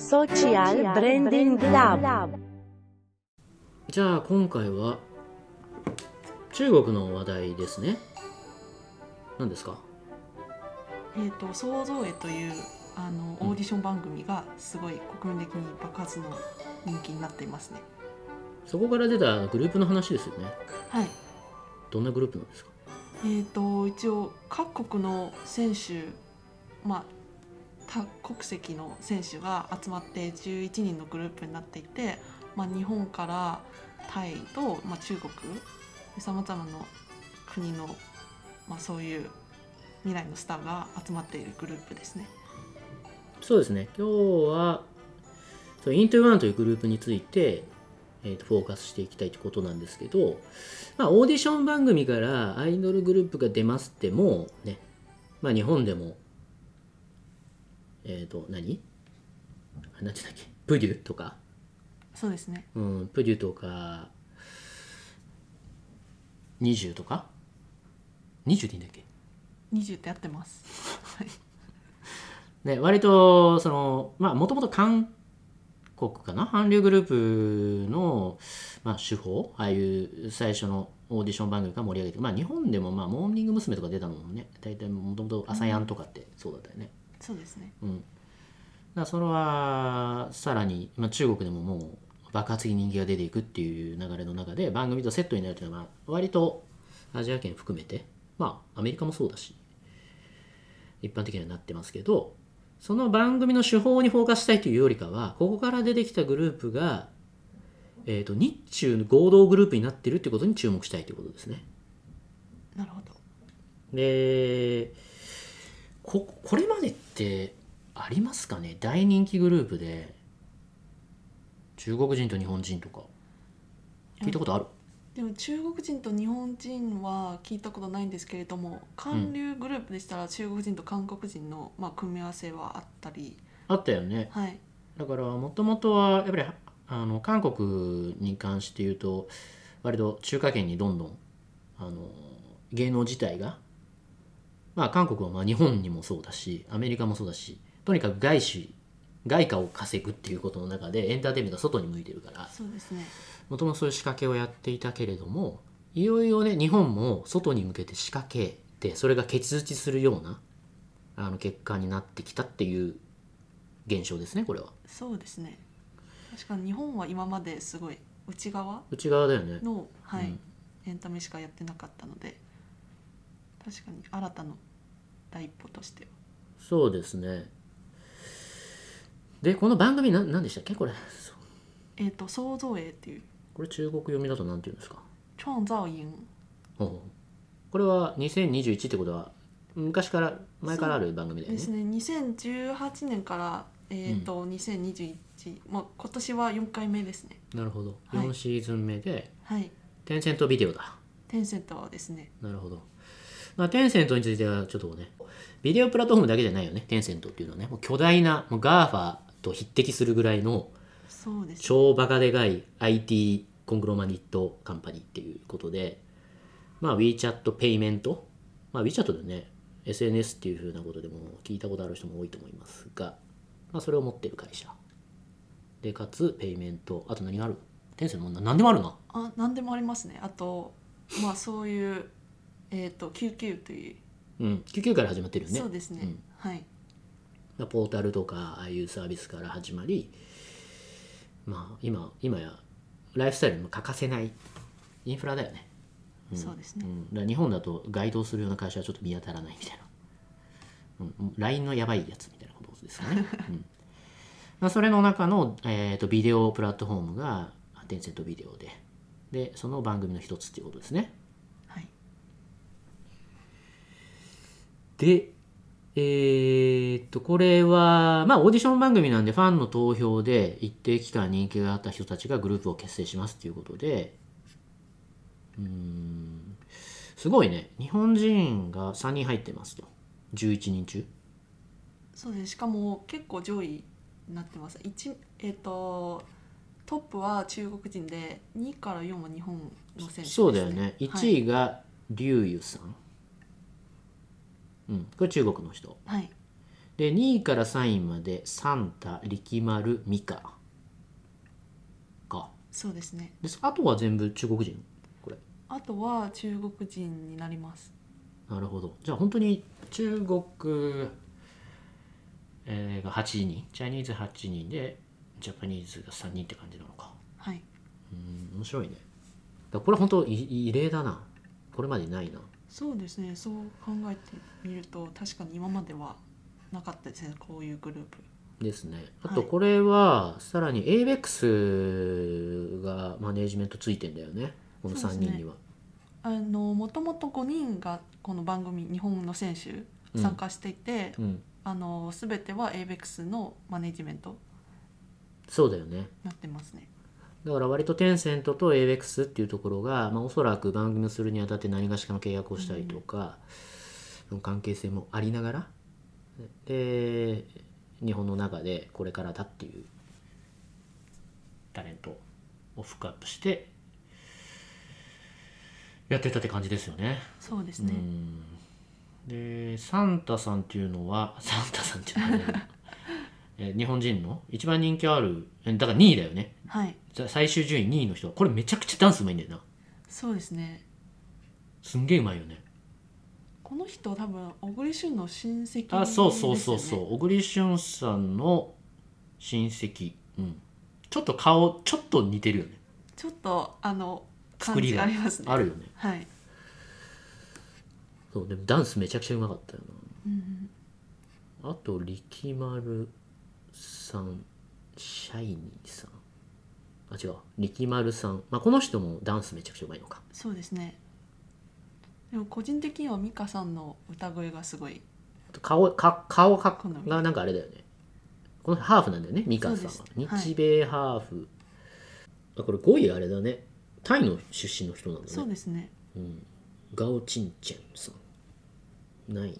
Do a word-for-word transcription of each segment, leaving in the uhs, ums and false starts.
Social Branding Lab。 じゃあ今回は中国の話題ですね。何ですか？ えーと創造絵というあのオーディション番組がすごい国民的に爆発の人気になっていますね。 そこから出たグループの話ですよね。 はい。 どんなグループなんですか？ えーと一応各国の選手、まあ多国籍の選手が集まってじゅういちにんのグループになっていて、まあ、日本からタイと、まあ、中国さまざまな国の、まあ、そういう未来のスターが集まっているグループですね。 そうですね。今日はそうイントゥワンというグループについて、えー、とフォーカスしていきたいということなんですけど、まあ、オーディション番組からアイドルグループが出ますってもね、まあ、日本でもえっ、ー、と何あなんていうんだっけ、プデュとか、 そうですね、 うん、プデュとかにじゅうとかにじゅうでいいんだっけにじゅうってやってます。 ね、割とそのまあもともと韓国かな、韓流グループの、まあ、手法、ああいう最初のオーディション番組が盛り上げて、まあ日本でもまあモーニング娘。とか出たのもね、大体もともと朝やんとかってそうだったよね。 そうですね。 うん。だからそれはさらに、まあ、中国でももう爆発的に人気が出ていくっていう流れの中で番組とセットになるというのは割とアジア圏含めて、まあアメリカもそうだし一般的にはなってますけど、その番組の手法にフォーカスしたいというよりかは、ここから出てきたグループが、えーと、日中の合同グループになっているってことに注目したいということですね。 なるほど。 で、ここれまでってありますかね、大人気グループで中国人と日本人とか聞いたことある？ でも中国人と日本人は聞いたことないんですけれども、韓流グループでしたら中国人と韓国人の、まあ、組み合わせはあったり。 あったよね。 はい。 だからもともとはやっぱりあの韓国に関して言うと割と中華圏にどんどんあの芸能自体が、まあ韓国はまあ日本にもそうだしアメリカもそうだし、とにかく外資外貨を稼ぐっていうことの中でエンターテインメントは外に向いてるから、 そうですね。 もともとそういう仕掛けをやっていたけれども、いよいよね日本も外に向けて仕掛けてそれが結実するようなあの結果になってきたっていう現象ですね、これは。 そうですね。確かに日本は今まですごい内側内側だよねの、はい、 うん、 エンタメしかやってなかったので、確かに新たな第一歩としては。 そうですね。でこの番組な何でしたっけこれ？ えっ、と創造絵っていう、 これ中国読みだと何て言うんですか？ 創造营。 ほうほう。これはにせんにじゅういちってことは昔から前からある番組だよね。 ですね。にせんじゅうはちねんからえっ、と、うん、にせんにじゅういち、もう今年はよんかいめですね。 なるほど。 はい、 よんシーズン目で、 はい、 テンセントビデオだ。 テンセントですね。 なるほど。まあテンセントについてはちょっとね、ビデオプラットフォームだけじゃないよね。テンセントっていうのはね、もう巨大なもうガーファと匹敵するぐらいのそうです、ね、 超バカでかい アイティー コングロマニットカンパニーっていうことで、まあ WeChat ペイメント、まあ WeChat でね エスエヌエス っていう風なことでも聞いたことある人も多いと思いますが、まあ、それを持ってる会社で、かつペイメント、あと何がある？テンセントも何でもあるな。 あ、何でもありますね。あとまあそういうえっ、と キューキュー という、 うん、キューキュー から始まってるよね。 そうですね、うん、はい。 ポータルとかああいうサービスから始まり、まあ今今やライフスタイルにも欠かせないインフラだよね。 うん、そうですね、 うん、だから日本だと該当するような会社はちょっと見当たらないみたいな、うん、ライン のやばいやつみたいなことですかね、うんまあ、それの中の、えーと、ビデオプラットフォームがテンセントビデオで、でその番組の一つっていうことですね。 はい。 でえー、っとこれはまあオーディション番組なんでファンの投票で一定期間人気があった人たちがグループを結成しますということで、うーんすごいね。日本人がさんにん入ってますと。じゅういちにん中。 そうです。しかも結構上位になってます。いちえっ、ー、とトップは中国人でにからよんは日本の選手ですね。 そうだよね。いちいが劉優さん、うん、これ中国の人。 はい。 でにいからさんいまでサンタ、力丸、ミカか。 そうですね。 であとは全部中国人これ。 あとは中国人になります。 なるほど。じゃあ本当に中国、えーがはちにん、チャイニーズはちにんでジャパニーズがさんにんって感じなのか。 はい。 うん、面白いね。だからこれ本当い異例だな。これまでないな。 そうですね。そう考えてみると確かに今まではなかったですね、こういうグループですね。あとこれはさらに エイベックス がマネージメントついてんだよね、このさんにんには。 あのもともとごにんがこの番組日本の選手参加していて、 うん、 あの全ては エイベックス のマネージメントそうだよね。 になってますね。 だから割とテンセントと エイベックス っていうところが、まあ、おそらく番組をするにあたって何がしかの契約をしたりとか、うん、関係性もありながらで日本の中でこれからだっていうタレントをフックアップしてやってたって感じですよね。 そうですね。 うんでサンタさんっていうのはサンタさんっていうのは、ねえ日本人の一番人気あるだからにいだよね。 はい。 最終順位にいの人はこれめちゃくちゃダンスうまいんだよな。 そうですね。 すんげえうまいよね。 この人多分小栗旬の親戚ですよね。 あ、そうそうそうそう、小栗旬さんの親戚、うん、ちょっと顔ちょっと似てるよね。 ちょっとあの感じ作りがありますね。 あるよね。 はい。 そうでもダンスめちゃくちゃうまかったようんな。あと力丸さん、シャイニーさん、あ違う力丸さん、まあ、この人もダンスめちゃくちゃうまいのか。 そうですね。でも個人的には美香さんの歌声がすごい。 顔か顔か好みがなんかあれだよね。このハーフなんだよね、ミカさんは。 そうです日米ハーフ、あこれごいあれだね、タイの出身の人なんだね。 そうですね。 うん、ガオチンチェンさんない、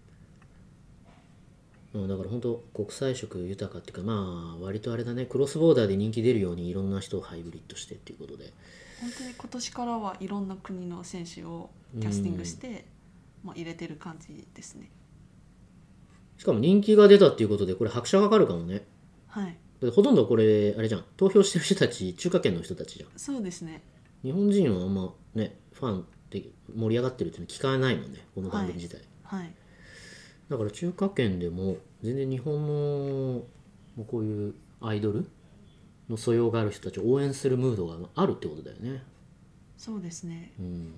うん、だから本当国際色豊かっていうか、まあ割とあれだね、クロスボーダーで人気出るようにいろんな人をハイブリッドしてっていうことで、 本当に今年からはいろんな国の選手をキャスティングして、まあ、入れてる感じですね。 しかも人気が出たっていうことでこれ拍車がかかるかもね。 はい。 だってほとんどこれあれじゃん、投票してる人たち中華圏の人たちじゃん。 そうですね。 日本人はあんまねファンで盛り上がってるっていうの聞かないもんね、この番組自体、 はい。 だから中華圏でも全然日本のもうこういうアイドルの素養がある人たちを応援するムードがあるってことだよね。 そうですね。 うん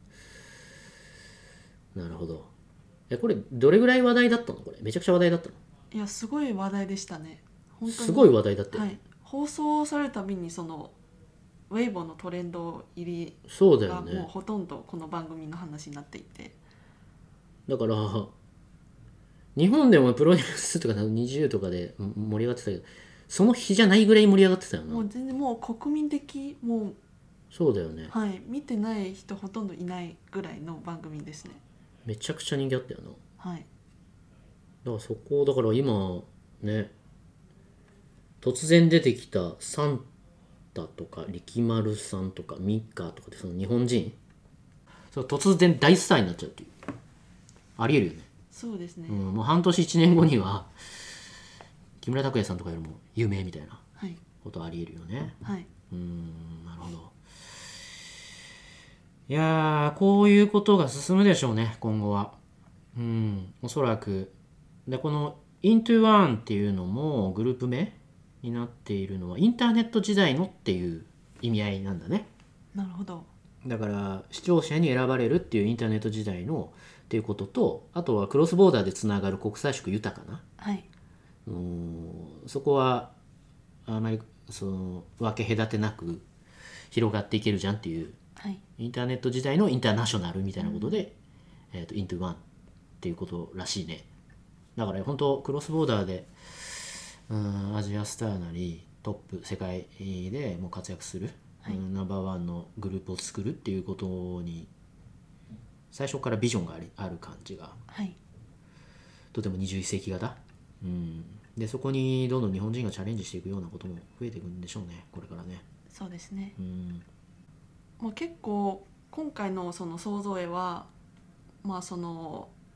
なるほど。えこれどれぐらい話題だったの？これめちゃくちゃ話題だったの？ いやすごい話題でしたね。本当にすごい話題だったよね、 はい。放送されるたびにそのウェイボーのトレンド入りそうだよがもうね。 ほとんどこの番組の話になっていて、 だから日本でもプロデュースとかにじゅうとかで盛り上がってたけど、その日じゃないぐらい盛り上がってたよな。 もう全然もう国民的もうそうだよね。 はい見てない人ほとんどいないぐらいの番組ですね。 めちゃくちゃ人気あったよな。 はいだからそこだから今ね突然出てきたサンタとか力丸さんとかミッカーとかでその日本人そう突然大スターになっちゃうっていうありえるよね。 そうですね。 うん、もう半年いちねんごには木村拓哉さんとかよりも有名みたいなはいことありえるよね。 はいうんなるほど。いやーこういうことが進むでしょうね今後は。うんおそらくでこの イントゥワン っていうのもグループ名になっているのはインターネット時代のっていう意味合いなんだね。 なるほど。 だから視聴者に選ばれるっていうインターネット時代のっていうことと、あとはクロスボーダーでつながる国際色豊かな、 はいうんそこはあまりその分け隔てなく広がっていけるじゃんっていうはいインターネット時代のインターナショナルみたいなことで、うんえー、とイントゥワンっていうことらしいね。だから本当クロスボーダーでうんアジアスターなりトップ世界でもう活躍する、 はいうんナンバーワンのグループを作るっていうことに最初からビジョンがありある感じがはいとてもにじゅういっ世紀型、うん、でそこにどんどん日本人がチャレンジしていくようなことも増えていくんでしょうねこれからね。 そうですね。 うんまあ、結構今回のその想像絵はまあその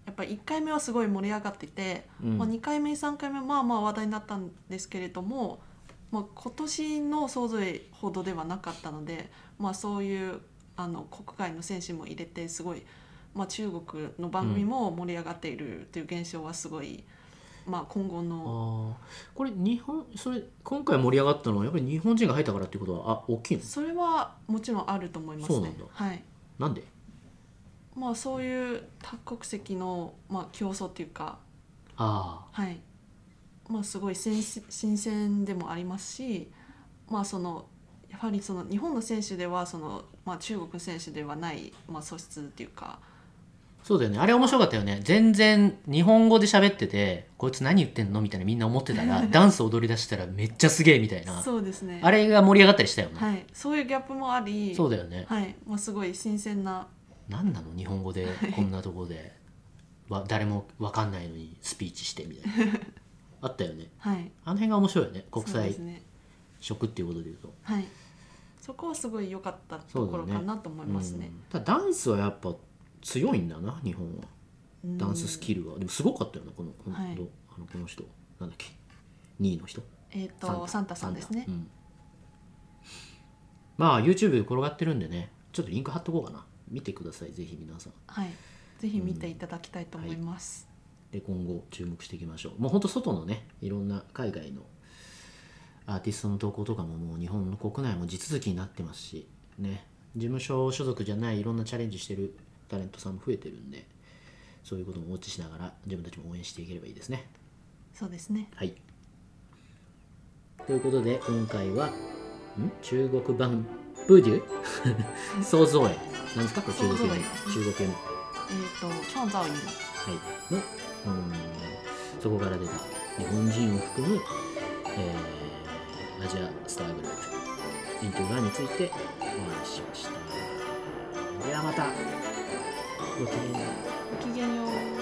やっぱりいっかいめはすごい盛り上がってて、 うんまあ、にかいめさんかいめまあまあ話題になったんですけれども、まあ、今年の想像ほどではなかったので、まあ、そういうあの国外の選手も入れてすごい、まあ、中国の番組も盛り上がっているという現象はすごい、まあ、今後のあーこれ日本それ今回盛り上がったのはやっぱり日本人が入ったからっていうことはあ大きいの？ それはもちろんあると思いますね。 そうなんだはいなんで？ まあ、そういう多国籍の、まあ、競争っていうか、 あはいまあ、すごい新新鮮でもありますし、まあ、そのやはりその日本の選手ではその、まあ、中国の選手ではない、まあ、素質っていうか、 あそうだよね。あれ面白かったよね。全然日本語で喋っててこいつ何言ってんのみたいなみんな思ってたらダンス踊り出したらめっちゃすげえみたいな、 そうですね、 あれが盛り上がったりしたよね、 はい、そういうギャップもあり、 そうだよね、 はいまあ、すごい新鮮な、 なんなの日本語でこんなところでわ誰も分かんないのにスピーチしてみたいなあったよね。 はい、 あの辺が面白いよね、国そう際ですね、 色っていうことでいうと。 はい、そこはすごい良かったところかなと思いますね。 うん、ただダンスはやっぱ強いんだな日本は。 うんダンススキルはでもすごかったよなこのこの,、 はいあのこの人なんだっけにいの人えっ、とサンタさんですねサンタ。うんまあ YouTube で転がってるんでね、ちょっとリンク貼っとこうかな、見てくださいぜひ皆さん。 はい、ぜひ見ていただきたいと思います。 で今後注目していきましょう。もうほんと外のねいろんな海外のアーティストの投稿とかももう日本の国内も地続きになってますしね、事務所所属じゃないいろんなチャレンジしてるタレントさんも増えてるんで、そういうこともウォッチしながら自分たちも応援していければいいですね。 そうですね。 はい。ということで今回はん中国版ブーデュー想像絵なんですかこれ中国想像版絵中国版えっ、と創造营はいのうんそこから出た日本人を含む、えーアジアスターグループイントゥーランについてお話ししました。ではまたごきげんよう。 ごきげんよう。